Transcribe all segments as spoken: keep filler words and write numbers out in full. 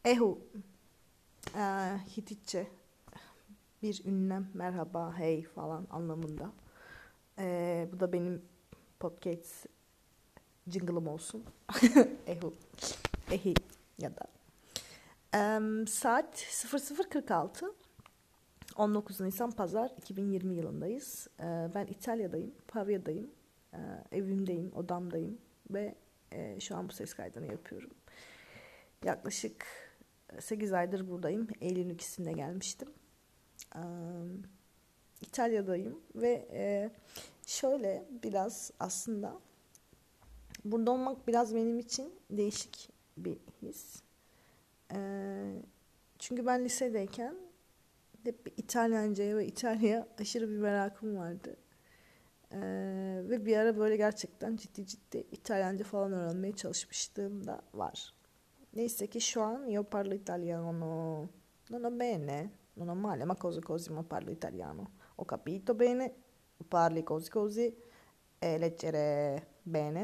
Ehu, eee, Hititçe bir ünlem, merhaba, hey falan anlamında. Eee, bu da benim podcast jingle'ım olsun. Ehu, ehi ya da. Em, saat sıfır sıfır kırk altı, on dokuz Nisan Pazar, iki bin yirmi yılındayız. Eee, ben İtalya'dayım, Pavya'dayım, eee, evimdeyim, odamdayım ve eee, şu an bu ses kaydını yapıyorum. Yaklaşık sekiz aydır buradayım. Eylül'ün ikisinde gelmiştim. Eee, İtalya'dayım ve e, şöyle biraz aslında burada olmak biraz benim için değişik bir his. E, çünkü ben lisedeyken hep İtalyanca'ya ve İtalya'ya aşırı bir merakım vardı. E, ve bir ara böyle gerçekten ciddi ciddi İtalyanca falan öğrenmeye çalışmışlığım da var. Neyse ki şu an io parlo italiano. Non ho bene, non ho male, ma così così ma parlo italiano. Ho capito bene, parli così così e leggere bene.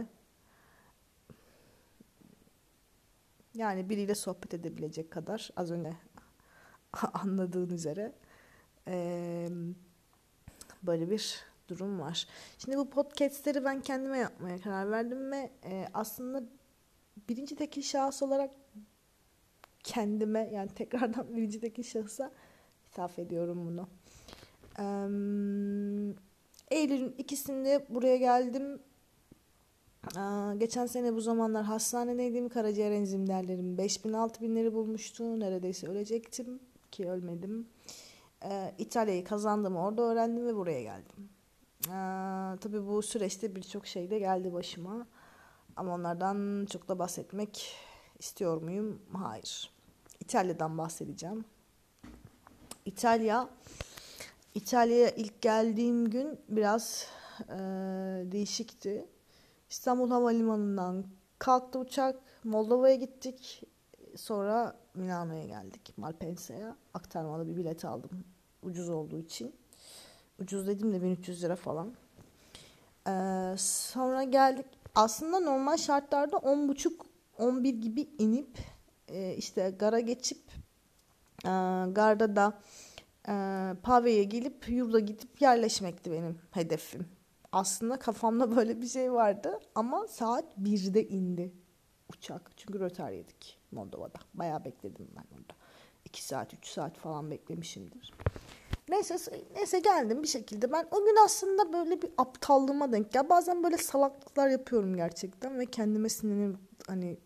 Yani biriyle sohbet edebilecek kadar az önce anladığın üzere eee, böyle bir durum var. Şimdi bu podcastleri ben kendime yapmaya karar verdim ve eee, aslında birinci tekil şahıs olarak kendime, yani tekrardan birinci tekil şahısa hitap ediyorum bunu. Eee Eylül'ün ikisinde buraya geldim. Aa, geçen sene bu zamanlar hastanedeydim. Karaciğer enzim değerlerim beş bin altı binleri bulmuştu. Neredeyse ölecektim ki ölmedim. Ee, İtalya'yı kazandım, orada öğrendim ve buraya geldim. Ee, tabii bu süreçte birçok şey de geldi başıma. Ama onlardan çok da bahsetmek istiyor muyum? Hayır. İtalya'dan bahsedeceğim. İtalya, İtalya'ya ilk geldiğim gün biraz e, değişikti. İstanbul Havalimanı'ndan kalktı uçak. Moldova'ya gittik. Sonra Milano'ya geldik. Malpense'ye. Aktarmalı bir bilet aldım. Ucuz olduğu için. Ucuz dedim de bin üç yüz lira falan. Ee, sonra geldik. Aslında normal şartlarda on buçuk on bir gibi inip e, işte gara geçip e, garda da e, Pavya'ya gelip yurda gidip yerleşmekti benim hedefim. Aslında kafamda böyle bir şey vardı ama saat birde indi uçak. Çünkü rötar yedik Moldova'da. Bayağı bekledim ben orada. iki saat üç saat falan beklemişimdir. Neyse, neyse geldim bir şekilde. Ben o gün aslında böyle bir aptallığıma denk gel. Bazen böyle salaklıklar yapıyorum gerçekten ve kendime sinirlenip hani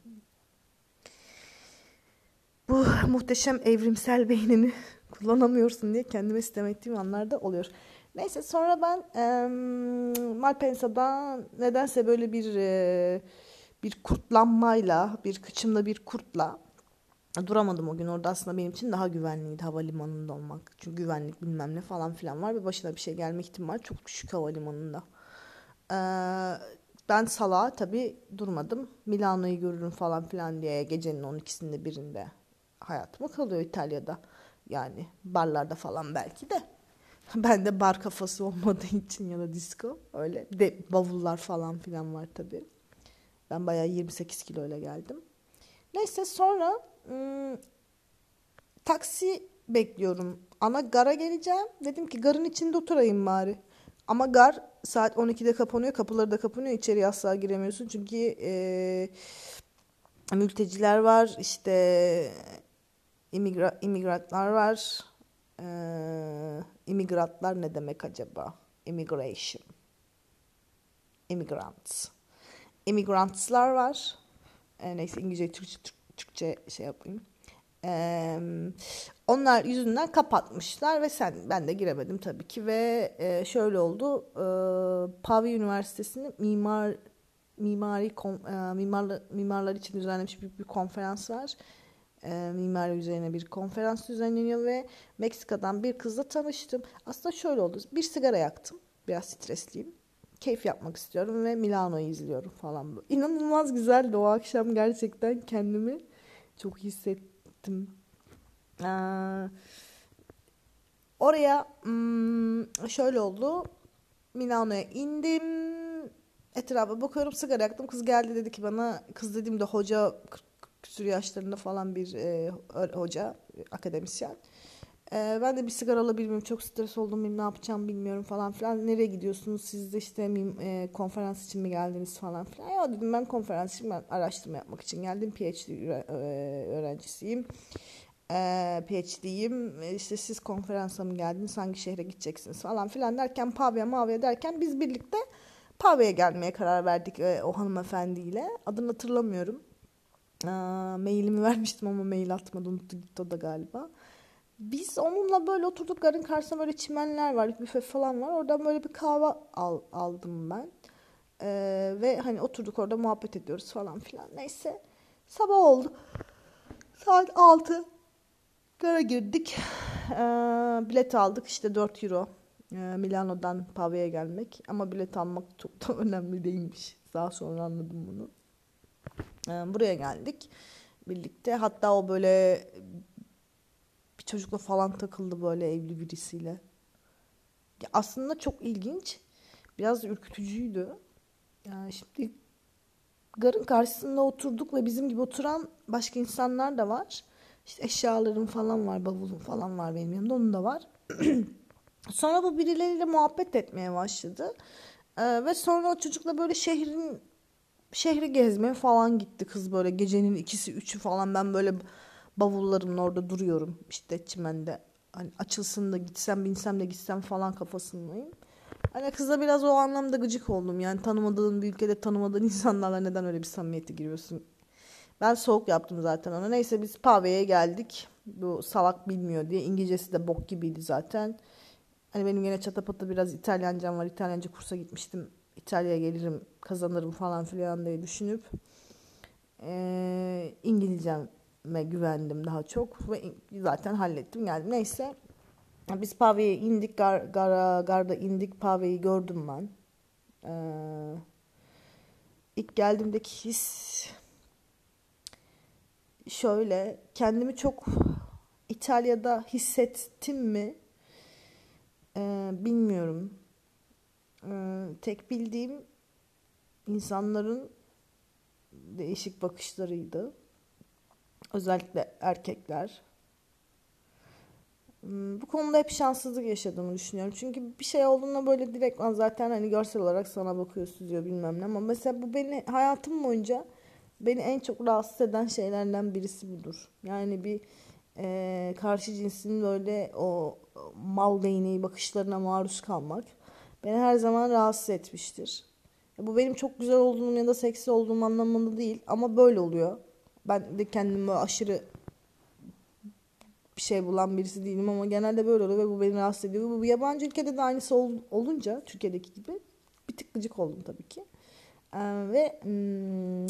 bu muhteşem evrimsel beynini kullanamıyorsun diye kendime sitem ettiğim anlarda oluyor. Neyse sonra ben e, Malpensa'da nedense böyle bir e, bir kurtlanmayla, bir kıçımda bir kurtla duramadım o gün. Orada aslında benim için daha güvenliydi havalimanında olmak. Çünkü güvenlik bilmem ne falan filan var ve başına bir şey gelme ihtimali çok düşük havalimanında. Ee, ben salağa tabii durmadım. Milano'yu görürüm falan filan diye gecenin on ikisinde birinde hayatımı kalıyor İtalya'da. Yani barlarda falan belki de. Ben de bar kafası olmadığı için ya da disco öyle. De bavullar falan filan var tabii. Ben bayağı yirmi sekiz kiloyla geldim. Neyse sonra ım, taksi bekliyorum. Ana gara geleceğim. Dedim ki garın içinde oturayım bari. Ama gar saat on ikide kapanıyor. Kapıları da kapanıyor. İçeriye asla giremiyorsun. Çünkü e, mülteciler var. İşte imigra, imigratlar var. E, imigratlar ne demek acaba? Immigration. Immigrants. Immigrantslar var. E, neyse İngilizce, Türkçe, Türkçe şey yapayım. Ee, onlar yüzünden kapatmışlar ve sen ben de giremedim tabii ki ve e, şöyle oldu. E, Pavia Üniversitesi'nin mimar mimari kom, e, mimarlı, mimarlar için düzenlenmiş büyük bir konferans var. E, mimari üzerine bir konferans düzenleniyor ve Meksika'dan bir kızla tanıştım. Aslında şöyle oldu. Bir sigara yaktım. Biraz stresliyim. Keyif yapmak istiyorum ve Milano'yu izliyorum falan. İnanılmaz güzeldi o akşam, gerçekten kendimi çok hissettim. Ee, oraya hmm, şöyle oldu. Milano'ya indim. Etrafa bakıyorum, sigara yaktım. Kız geldi dedi ki bana, kız dediğimde hoca küsur yaşlarında falan bir e, hoca, akademisyen. E, ben de bir sigara alabilmiyorum. Çok stres oldum. Bilmiyorum, ne yapacağım bilmiyorum falan filan. Nereye gidiyorsunuz? Siz de işte e, konferans için mi geldiniz falan filan. Ya dedim, ben konferans için, ben araştırma yapmak için geldim. PhD öğrencisiyim. E, PhD'yim. İşte siz konferansa mı geldiniz? Hangi şehre gideceksiniz falan filan derken, Pavya Mavya derken biz birlikte Pavya'ya gelmeye karar verdik e, o hanımefendiyle. Adını hatırlamıyorum. Aa, mailimi vermiştim ama mail atmadı, unuttu gitti o da galiba. Biz onunla böyle oturduk, garın karşısında böyle çimenler var, büfe falan var. Oradan böyle bir kahve al, aldım ben. Ee, ve hani oturduk orada muhabbet ediyoruz falan filan. Neyse, sabah oldu. Saat altı. Gara girdik. Ee, bilet aldık işte dört euro. Ee, Milano'dan Pavya'ya gelmek. Ama bilet almak çok da önemli değilmiş. Daha sonra anladım bunu. Ee, buraya geldik birlikte. Hatta o böyle bir çocukla falan takıldı, böyle evli birisiyle. Ya aslında çok ilginç. Biraz ürkütücüydü. Yani şimdi garın karşısında oturduk ve bizim gibi oturan başka insanlar da var. İşte eşyalarım falan var, bavulum falan var benim yanımda, onun da var. Sonra bu birileriyle muhabbet etmeye başladı. Ee, ve sonra o çocukla böyle şehrin şehri gezmeye falan gitti kız, böyle gecenin ikisi üçü falan. Ben böyle bavullarımla orada duruyorum işte çimende. Hani açılsın da gitsem, binsem de gitsem falan kafasındayım. Hani kıza biraz o anlamda gıcık oldum. Yani tanımadığın bir ülkede tanımadığın insanlarla neden öyle bir samimiyete giriyorsun? Ben soğuk yaptım zaten ona. Neyse, biz Pavya'ya geldik. Bu salak bilmiyor diye. İngilizcesi de bok gibiydi zaten. Hani benim yine çatapata biraz İtalyancam var. İtalyanca kursa gitmiştim. İtalya'ya gelirim, kazanırım falan filan diye düşünüp e, İngilizceme güvendim daha çok ve zaten hallettim, geldim. Neyse, biz Pavya'ya indik, gar, gara, garda indik, Pavya'yı gördüm ben. Ee, ilk geldiğimdeki his şöyle, kendimi çok İtalya'da hissettim mi Ee, bilmiyorum. Ee, tek bildiğim insanların değişik bakışlarıydı. Özellikle erkekler. Hmm, Bu konuda hep şanssızlık yaşadığımı düşünüyorum. Çünkü bir şey olduğunda böyle direkt zaten hani görsel olarak sana bakıyor, süzüyor bilmem ne. Ama mesela bu beni hayatım boyunca beni en çok rahatsız eden şeylerden birisi budur. Yani bir e, karşı cinsin böyle o mal değneği bakışlarına maruz kalmak beni her zaman rahatsız etmiştir. Bu benim çok güzel olduğum ya da seksi olduğum anlamında değil ama böyle oluyor. Ben de kendimi aşırı bir şey bulan birisi değilim ama genelde böyle oluyor ve bu beni rahatsız ediyor. Bu yabancı ülkede de aynısı ol, olunca Türkiye'deki gibi bir tık gıcık oldum tabii ki. Ee, ve hmm,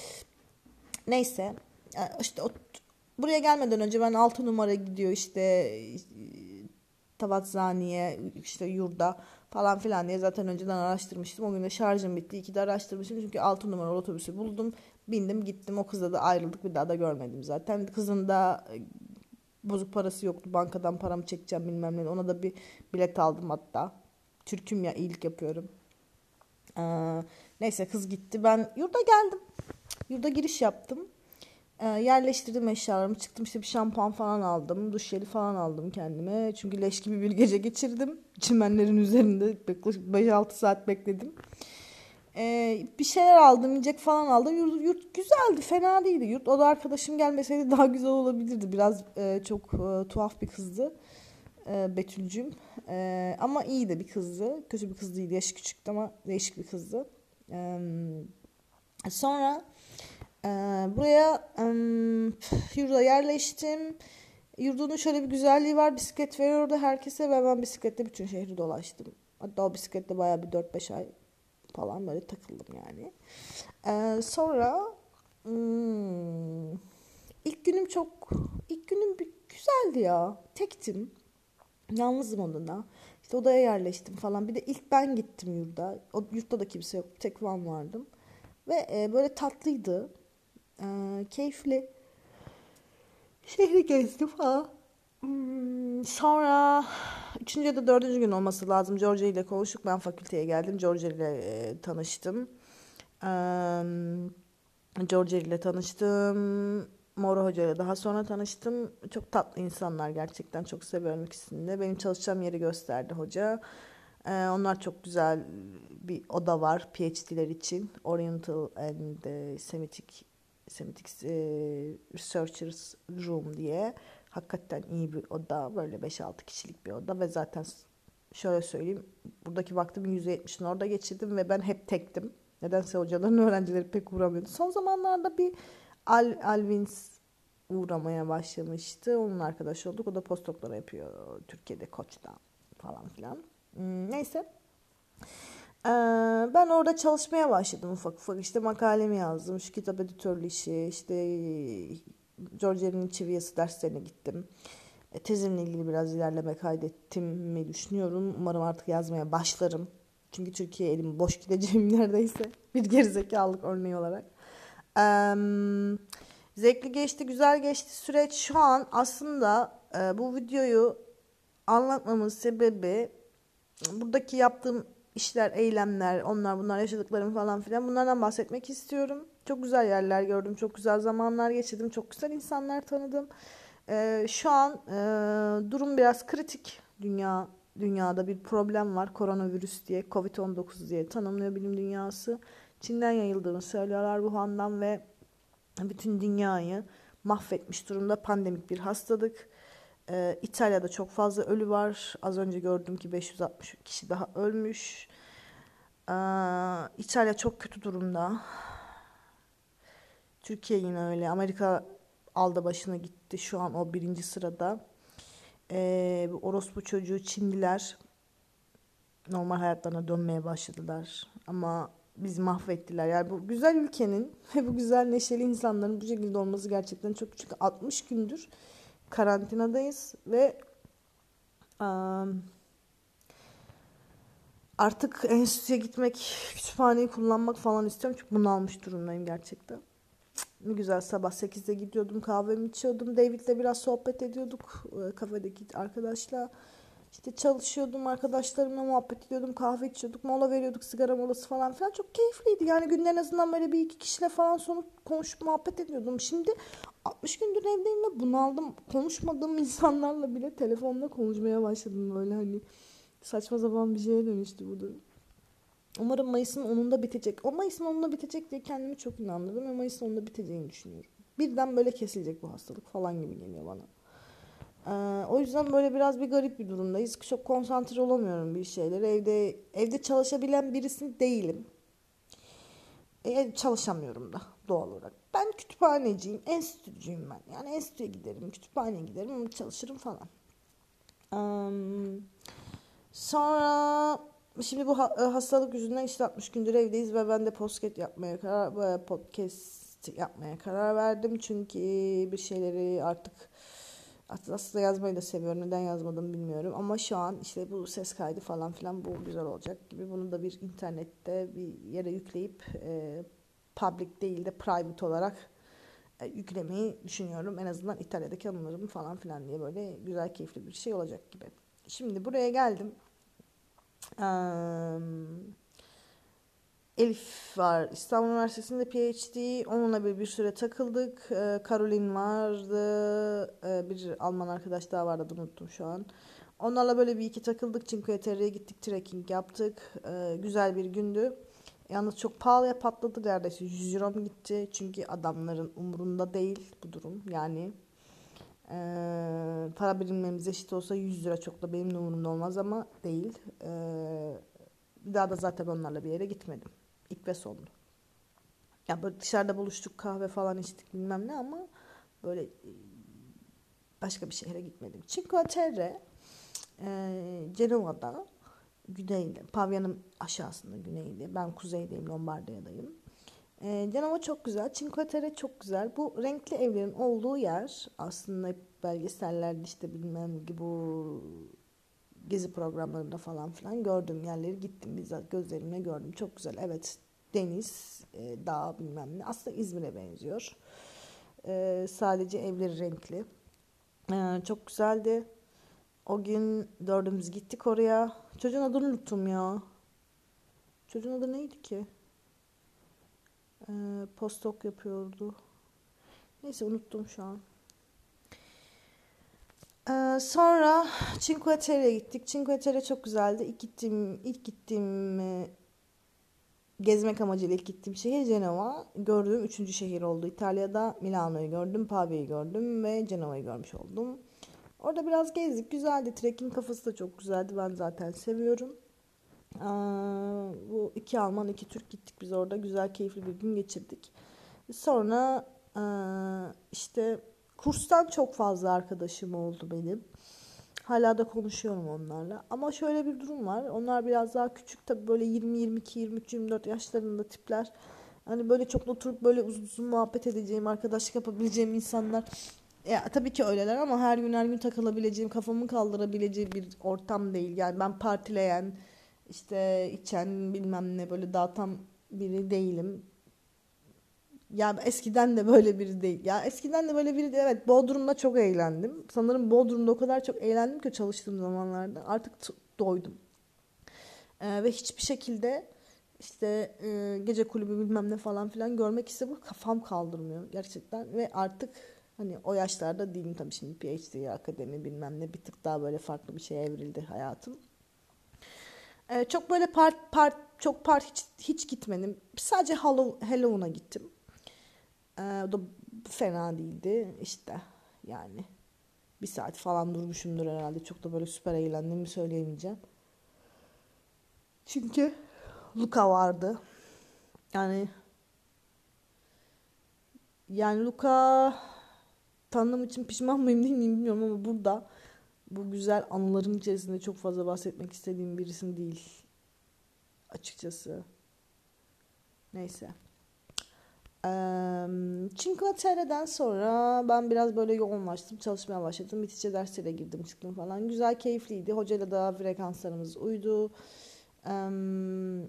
neyse, işte o, buraya gelmeden önce ben altı numara gidiyor işte Tavatzani'ye, işte yurda falan filan diye zaten önceden araştırmıştım. O gün de şarjım bitti. İki de araştırmıştım çünkü altı numaralı otobüsü buldum. Bindim gittim, o kızla da ayrıldık, bir daha da görmedim zaten. Kızın da bozuk parası yoktu. Bankadan paramı çekeceğim bilmem ne. Ona da bir bilet aldım hatta. Türk'üm ya, iyilik yapıyorum. Ee, neyse, kız gitti. Ben yurda geldim. Yurda giriş yaptım. Ee, yerleştirdim eşyalarımı. Çıktım, işte bir şampuan falan aldım. Duş jeli falan aldım kendime. Çünkü leş gibi bir gece geçirdim. Çimenlerin üzerinde beş altı saat bekledim. Ee, bir şeyler aldım, yiyecek falan aldım. Yurt, yurt güzeldi, fena değildi. Yurt, o da arkadaşım gelmeseydi daha güzel olabilirdi. Biraz e, çok e, tuhaf bir kızdı. E, Betül'cüm. E, ama iyi de bir kızdı. Kötü bir kız değildi. Yaşı küçüktü ama değişik bir kızdı. E, sonra e, buraya e, yurda yerleştim. Yurdunun şöyle bir güzelliği var. Bisiklet veriyor orada herkese ve ben bisikletle bütün şehri dolaştım. Hatta o bisikletle bayağı bir dört beş ay falan böyle takıldım yani. Ee, sonra hmm, ilk günüm çok ilk günüm bir güzeldi ya. Tektim. Yalnızım odada. İşte odaya yerleştim falan. Bir de ilk ben gittim yurda. O yurtta da kimse yok. Tek ben vardım. Ve e, böyle tatlıydı. E, keyifli. Şehri gezdim falan. Hmm, sonra üçüncü ya da dördüncü gün olması lazım. Georgia ile konuştuk. Ben fakülteye geldim. Georgia ile e, tanıştım. Eee George ile tanıştım. Mora Hoca ile daha sonra tanıştım. Çok tatlı insanlar gerçekten. Çok seviyorum ikisini de. Benim çalışacağım yeri gösterdi hoca. Ee, onlar çok güzel bir oda var P H D'ler için. Oriental and e, Semitic, Semitic e, Researchers Room diye. Hakikaten iyi bir oda. Böyle beş altı kişilik bir oda ve zaten şöyle söyleyeyim. Buradaki vaktimin yüzde yetmişini orada geçirdim ve ben hep tektim. Nedense hocaların öğrencileri pek uğramıyordu. Son zamanlarda bir Al, Alvins uğramaya başlamıştı. Onun arkadaşı olduk. O da postdoktora yapıyor Türkiye'de Koç'ta falan filan. Hmm, neyse. Ee, ben orada çalışmaya başladım ufak ufak. İşte makalemi yazdım. Şu kitap editörlüğü işi. İşte George Eliot'in çeviyesi derslerine gittim. E, tezimle ilgili biraz ilerleme kaydettim mi düşünüyorum. Umarım artık yazmaya başlarım. Çünkü Türkiye elim boş gideceğim neredeyse. Bir gerizekalılık örneği olarak. Ee, zevkli geçti, güzel geçti süreç. Şu an aslında e, bu videoyu anlatmamın sebebi buradaki yaptığım işler, eylemler, onlar bunlar yaşadıklarım falan filan bunlardan bahsetmek istiyorum. Çok güzel yerler gördüm, çok güzel zamanlar geçirdim, çok güzel insanlar tanıdım. Ee, şu an e, durum biraz kritik. Dünya dünyada bir problem var. Koronavirüs diye, covid on dokuz diye tanımlıyor bilim dünyası. Çin'den yayıldığını söylüyorlar Wuhan'dan ve bütün dünyayı mahvetmiş durumda pandemik bir hastalık. Ee, İtalya'da çok fazla ölü var. Az önce gördüm ki beş yüz altmış kişi daha ölmüş. Ee, İtalya çok kötü durumda. Türkiye yine öyle. Amerika aldı başına gitti. Şu an o birinci sırada. Ee, bu orospu çocuğu Çinliler normal hayatlarına dönmeye başladılar. Ama bizi mahvettiler. Yani bu güzel ülkenin ve bu güzel neşeli insanların bu şekilde olması gerçekten çok. Çünkü altmış gündür karantinadayız ve um, artık enstitüye gitmek, kütüphaneyi kullanmak falan istiyorum. Çünkü bunalmış durumdayım gerçekten. Ne güzel sabah sekizde gidiyordum, kahvemi içiyordum. David'le biraz sohbet ediyorduk kafedeki arkadaşla. İşte çalışıyordum, arkadaşlarımla muhabbet ediyordum, kahve içiyorduk, mola veriyorduk, sigara molası falan filan. Çok keyifliydi. Yani günde en azından böyle bir iki kişiyle falan sonra konuşup muhabbet ediyordum. Şimdi altmış gündür evdeyim ve bunaldım. Konuşmadığım insanlarla bile telefonla konuşmaya başladım böyle hani. Saçma sapan bir şeye dönüştü bu durum. Umarım Mayıs'ın onunda bitecek. O Mayıs'ın onunda bitecek diye kendimi çok inandırdım ve Mayıs'ın onunda biteceğini düşünüyorum. Birden böyle kesilecek bu hastalık falan gibi geliyor bana. Ee, o yüzden böyle biraz bir garip bir durumdayız. Çok konsantre olamıyorum bir şeylere. Evde evde çalışabilen birisi değilim. E, çalışamıyorum da doğal olarak. Ben kütüphaneciyim, enstitücüyüm ben. Yani enstitüye giderim, kütüphaneye giderim, çalışırım falan. Ee, sonra şimdi bu hastalık yüzünden işte altmış gündür evdeyiz ve ben de podcast yapmaya karar podcast yapmaya karar verdim. Çünkü bir şeyleri artık aslında yazmayı da seviyorum. Neden yazmadım bilmiyorum. Ama şu an işte bu ses kaydı falan filan bu güzel olacak gibi. Bunu da bir internette bir yere yükleyip e, public değil de private olarak e, yüklemeyi düşünüyorum. En azından İtalya'daki anılarım falan filan diye böyle güzel keyifli bir şey olacak gibi. Şimdi buraya geldim. Um, Elif var. İstanbul Üniversitesi'nde P H D. Onunla bir, bir süre takıldık. Ee, Caroline vardı. Ee, bir Alman arkadaş daha vardı. Unuttum şu an. Onlarla böyle bir iki takıldık. Cinque Terre'ye gittik. Trekking yaptık. Ee, güzel bir gündü. Yalnız çok pahalıya patladı. Neredeyse yüz euro mu gitti? Çünkü adamların umurunda değil bu durum. Yani ee, para birimlerimiz eşit olsa yüz lira çok da benim de umurumda olmaz ama değil. Ee, bir daha da zaten onlarla bir yere gitmedim. İlk ve sondu. Ya böyle dışarıda buluştuk, kahve falan içtik bilmem ne ama böyle başka bir şehre gitmedim. Cinque Terre e, Cenova'da güneyde, Pavya'nın aşağısında güneyde. Ben kuzeydeyim, Lombardiya'dayım. E, Cenova çok güzel. Cinque Terre çok güzel. Bu renkli evlerin olduğu yer aslında hep belgesellerde işte bilmem gibi bu gezi programlarında falan filan gördüğüm yerleri gittim bizzat gözlerimle gördüm. Çok güzel. Evet, deniz, e, dağ bilmem ne. Aslında İzmir'e benziyor. E, sadece evleri renkli. E, çok güzeldi. O gün dördümüz gittik oraya. Çocuğun adını unuttum ya. Çocuğun adı neydi ki? Ee, postdoc yapıyordu. Neyse unuttum şu an. Ee, sonra Cinque Terre'ye gittik. Cinque Terre çok güzeldi. İlk gittiğim, ilk gittiğim e, gezmek amacıyla ilk gittiğim şehir Cenova. Gördüğüm üçüncü şehir oldu. İtalya'da Milano'yu gördüm, Pavi'yi gördüm ve Cenova'yı görmüş oldum. Orada biraz gezdik. Güzeldi. Trekking kafası da çok güzeldi. Ben zaten seviyorum. Aa, bu iki Alman, iki Türk gittik biz orada. Güzel, keyifli bir gün geçirdik. Sonra aa, işte kurstan çok fazla arkadaşım oldu benim. Hala da konuşuyorum onlarla. Ama şöyle bir durum var. Onlar biraz daha küçük tabii, böyle yirmi, yirmi iki, yirmi üç, yirmi dört yaşlarında tipler. Hani böyle çok oturup böyle uzun uzun muhabbet edeceğim, arkadaşlık yapabileceğim insanlar. Ya tabii ki öyleler ama her gün her gün takılabileceğim, kafamı kaldırabileceğim bir ortam değil. Yani ben partileyen, işte içen, bilmem ne böyle dağıtan biri değilim. Ya eskiden de böyle biri değil. Ya eskiden de böyle biri değil. Evet, Bodrum'da çok eğlendim. Sanırım Bodrum'da o kadar çok eğlendim ki çalıştığım zamanlarda. Artık t- doydum. Ee, ve hiçbir şekilde işte e, gece kulübü bilmem ne falan filan görmek istemiyorum. Kafam kaldırmıyor gerçekten. Ve artık hani o yaşlarda değilim tabii, şimdi PhD, akademi bilmem ne, bir tık daha böyle farklı bir şeye evrildi hayatım. Ee, çok böyle part, part, çok part hiç, hiç gitmedim. Sadece Hallow- Halloween'a gittim. Ee, o da fena değildi işte, yani bir saat falan durmuşumdur herhalde. Çok da böyle süper eğlendiğimi söyleyemeyeceğim. Çünkü Luca vardı. Yani yani Luca, tanıdığım için pişman mıyım değil miyim bilmiyorum ama burada bu güzel anıların içerisinde çok fazla bahsetmek istediğim birisin değil açıkçası. Neyse. Eee Cinque Terre'den sonra ben biraz böyle yoğunlaştım, çalışmaya başladım. İngilizce derslere girdim, çıktım falan. Güzel, keyifliydi. Hocayla da frekanslarımız uydu. Eee,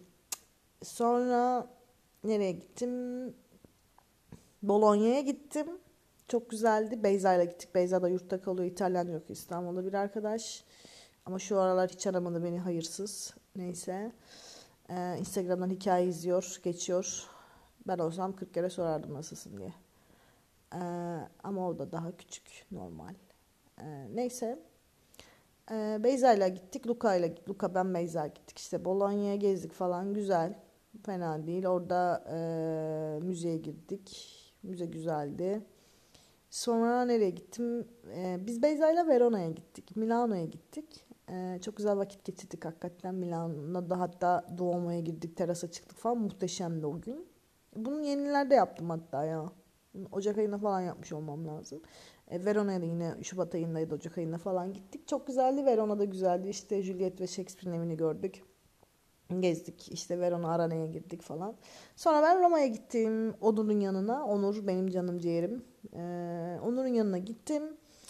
sonra nereye gittim? Bolonya'ya gittim. Çok güzeldi. Beyza'yla gittik. Beyza da yurtta kalıyor. İtalyan yok, İstanbul'da bir arkadaş. Ama şu aralar hiç aramadı beni, hayırsız. Neyse. Ee, Instagram'dan hikaye izliyor, geçiyor. Ben olsam kırk kere sorardım nasılsın diye. Ee, ama o da daha küçük, normal. Ee, neyse. Ee, Beyza ile gittik. Luca ile Luca, ben, Beyza gittik. İşte Bolonya'ya gezdik falan. Güzel. Fena değil. Orada e, müzeye girdik. Müze güzeldi. Sonra nereye gittim? Ee, biz Beyza ile Verona'ya gittik. Milano'ya gittik. Ee, çok güzel vakit geçirdik hakikaten. Milano'da hatta Duomo'ya girdik. Terasa çıktık falan. Muhteşemdi o gün. Bunu yenilerde yaptım hatta ya. Ocak ayında falan yapmış olmam lazım. E, Verona'ya da yine Şubat ayındaydı, Ocak ayında falan gittik. Çok güzeldi. Verona'da güzeldi. İşte Juliet ve Shakespeare'in evini gördük. Gezdik. İşte Verona Arena'ya girdik falan. Sonra ben Roma'ya gittim. Onur'un yanına. Onur benim canım ciğerim. Ee, Onur'un yanına gittim.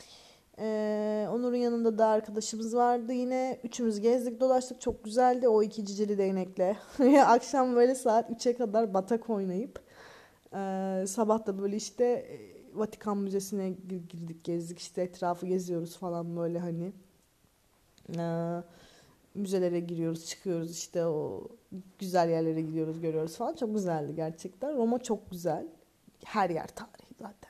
Ee, Onur'un yanında da arkadaşımız vardı yine. Üçümüz gezdik dolaştık. Çok güzeldi o iki cicili değnekle. Akşam böyle saat üçe kadar batak oynayıp ee, sabah da böyle işte e, Vatikan Müzesi'ne girdik, gezdik, işte etrafı geziyoruz falan böyle hani. Ee, müzelere giriyoruz, çıkıyoruz, işte o güzel yerlere gidiyoruz, görüyoruz falan. Çok güzeldi gerçekten. Roma çok güzel. Her yer tarihi zaten.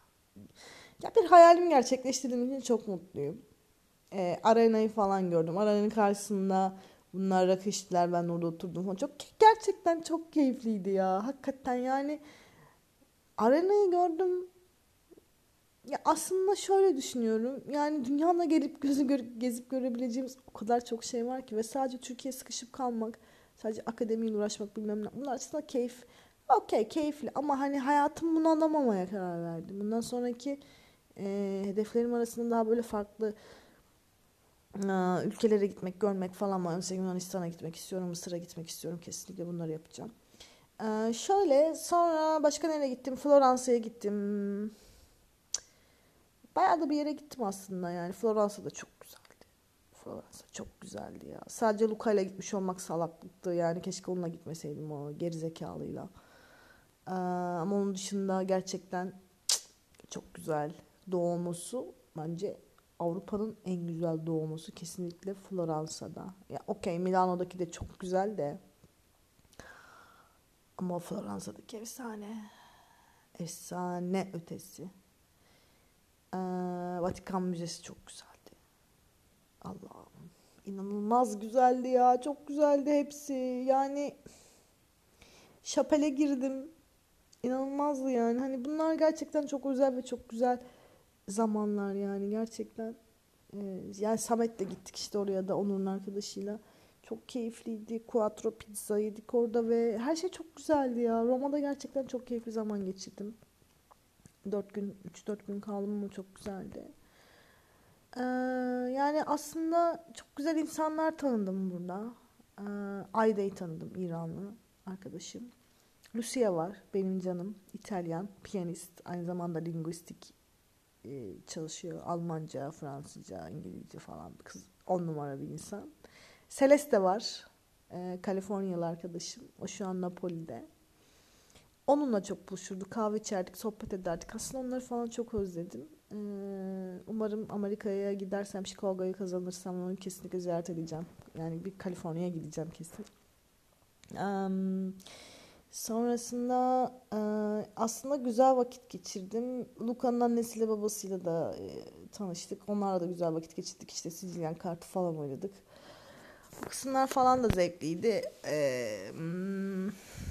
Ya bir hayalimi gerçekleştirdiğim için çok mutluyum. Ee, arenayı falan gördüm. Arenanın karşısında bunlar rakı içtiler. Ben orada oturdum falan. Çok, gerçekten çok keyifliydi ya. Hakikaten yani arenayı gördüm. Ya aslında şöyle düşünüyorum. Yani dünyada gelip gözü gör- gezip görebileceğimiz o kadar çok şey var ki ve sadece Türkiye'ye sıkışıp kalmak, sadece akademiyle uğraşmak bilmem ne. Bunlar aslında keyif. Okey, keyifli ama hani hayatım bunu anlamamaya karar verdim. Bundan sonraki e, hedeflerim arasında daha böyle farklı e, ülkelere gitmek, görmek falan var. Mesela Yunanistan'a gitmek istiyorum, Mısır'a gitmek istiyorum. Kesinlikle bunları yapacağım. E, şöyle sonra başka nereye gittim? Floransa'ya gittim. Bayağı da bir yere gittim aslında yani. Floransa da çok güzeldi. Floransa çok güzeldi ya. Sadece Luca ile gitmiş olmak salaklıktı. Yani keşke onunla gitmeseydim, o gerizekalıyla. Ee, ama onun dışında gerçekten çok güzel. Doğmusu bence Avrupa'nın en güzel doğmusu kesinlikle Floransa'da. Ya okey, Milano'daki de çok güzel de Ama o Floransa'daki efsane. Efsane ötesi. Ee, Vatikan Müzesi çok güzeldi. Allah'ım. İnanılmaz güzeldi ya. Çok güzeldi hepsi. Yani şapele girdim. İnanılmazdı yani. Hani bunlar gerçekten çok özel ve çok güzel zamanlar yani gerçekten. Ee, yani Samet'le gittik işte oraya da Onur'un arkadaşıyla. Çok keyifliydi. Quattro pizza yedik orada ve her şey çok güzeldi ya. Roma'da gerçekten çok keyifli zaman geçirdim. Dört gün, üç dört gün kaldım ama çok güzeldi. Ee, yani aslında çok güzel insanlar tanıdım burada. Ee, Ayda'yı tanıdım, İranlı arkadaşım. Lucia var, benim canım. İtalyan, piyanist. Aynı zamanda linguistik e, çalışıyor. Almanca, Fransızca, İngilizce falan. Kız on numara bir insan. Celeste var. E, Kaliforniyalı arkadaşım. O şu an Napoli'de. Onunla çok buluşurduk. Kahve içerdik, sohbet ederdik. Aslında onları falan çok özledim. Ee, umarım Amerika'ya gidersem, Chicago'yu kazanırsam onu kesinlikle ziyaret edeceğim. Yani bir Kaliforniya'ya gideceğim kesin. Ee, sonrasında e, aslında güzel vakit geçirdim. Luca'nın annesiyle babasıyla da e, tanıştık. Onlarla da güzel vakit geçirdik. İşte Sicilyan kartı falan oynadık. Bu kısımlar falan da zevkliydi. Ee, hmm,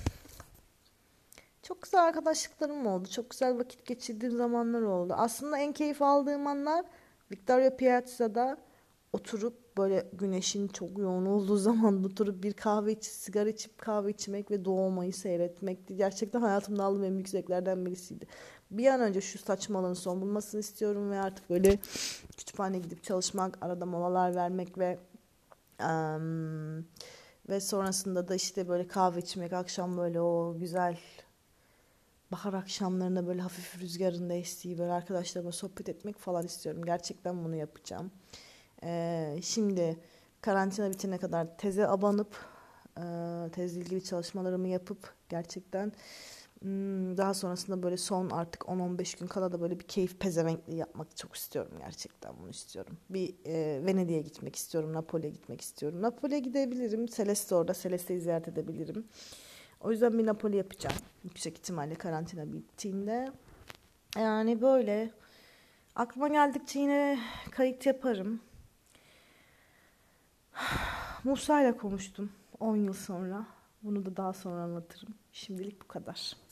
Çok güzel arkadaşlıklarım oldu. Çok güzel vakit geçirdiğim zamanlar oldu. Aslında en keyif aldığım anlar Victoria Piazza'da oturup böyle güneşin çok yoğun olduğu zaman oturup bir kahve içip, sigara içip kahve içmek ve doğmayı seyretmekti. Gerçekten hayatımda aldığım en büyük zevklerden birisiydi. Bir an önce şu saçmalığın son bulmasını istiyorum ve artık böyle kütüphaneye gidip çalışmak, arada molalar vermek ve um, ve sonrasında da işte böyle kahve içmek, akşam böyle o güzel bahar akşamlarında böyle hafif rüzgarın da estiği böyle arkadaşlarıma sohbet etmek falan istiyorum. Gerçekten bunu yapacağım. Ee, şimdi karantina bitene kadar teze abanıp e, tezle ilgili çalışmalarımı yapıp gerçekten hmm, daha sonrasında böyle son artık on on beş gün kala da böyle bir keyif pezevenkliği yapmak çok istiyorum. Gerçekten bunu istiyorum. Bir e, Venedik'e gitmek istiyorum. Napoli'ye gitmek istiyorum. Napoli'ye gidebilirim. Celeste orada. Celeste'yi ziyaret edebilirim. O yüzden bir Napoli yapacağım. Yüksek ihtimalle karantina bittiğinde. Yani böyle aklıma geldikçe yine kayıt yaparım. Musa ile konuştum on yıl sonra. Bunu da daha sonra anlatırım. Şimdilik bu kadar.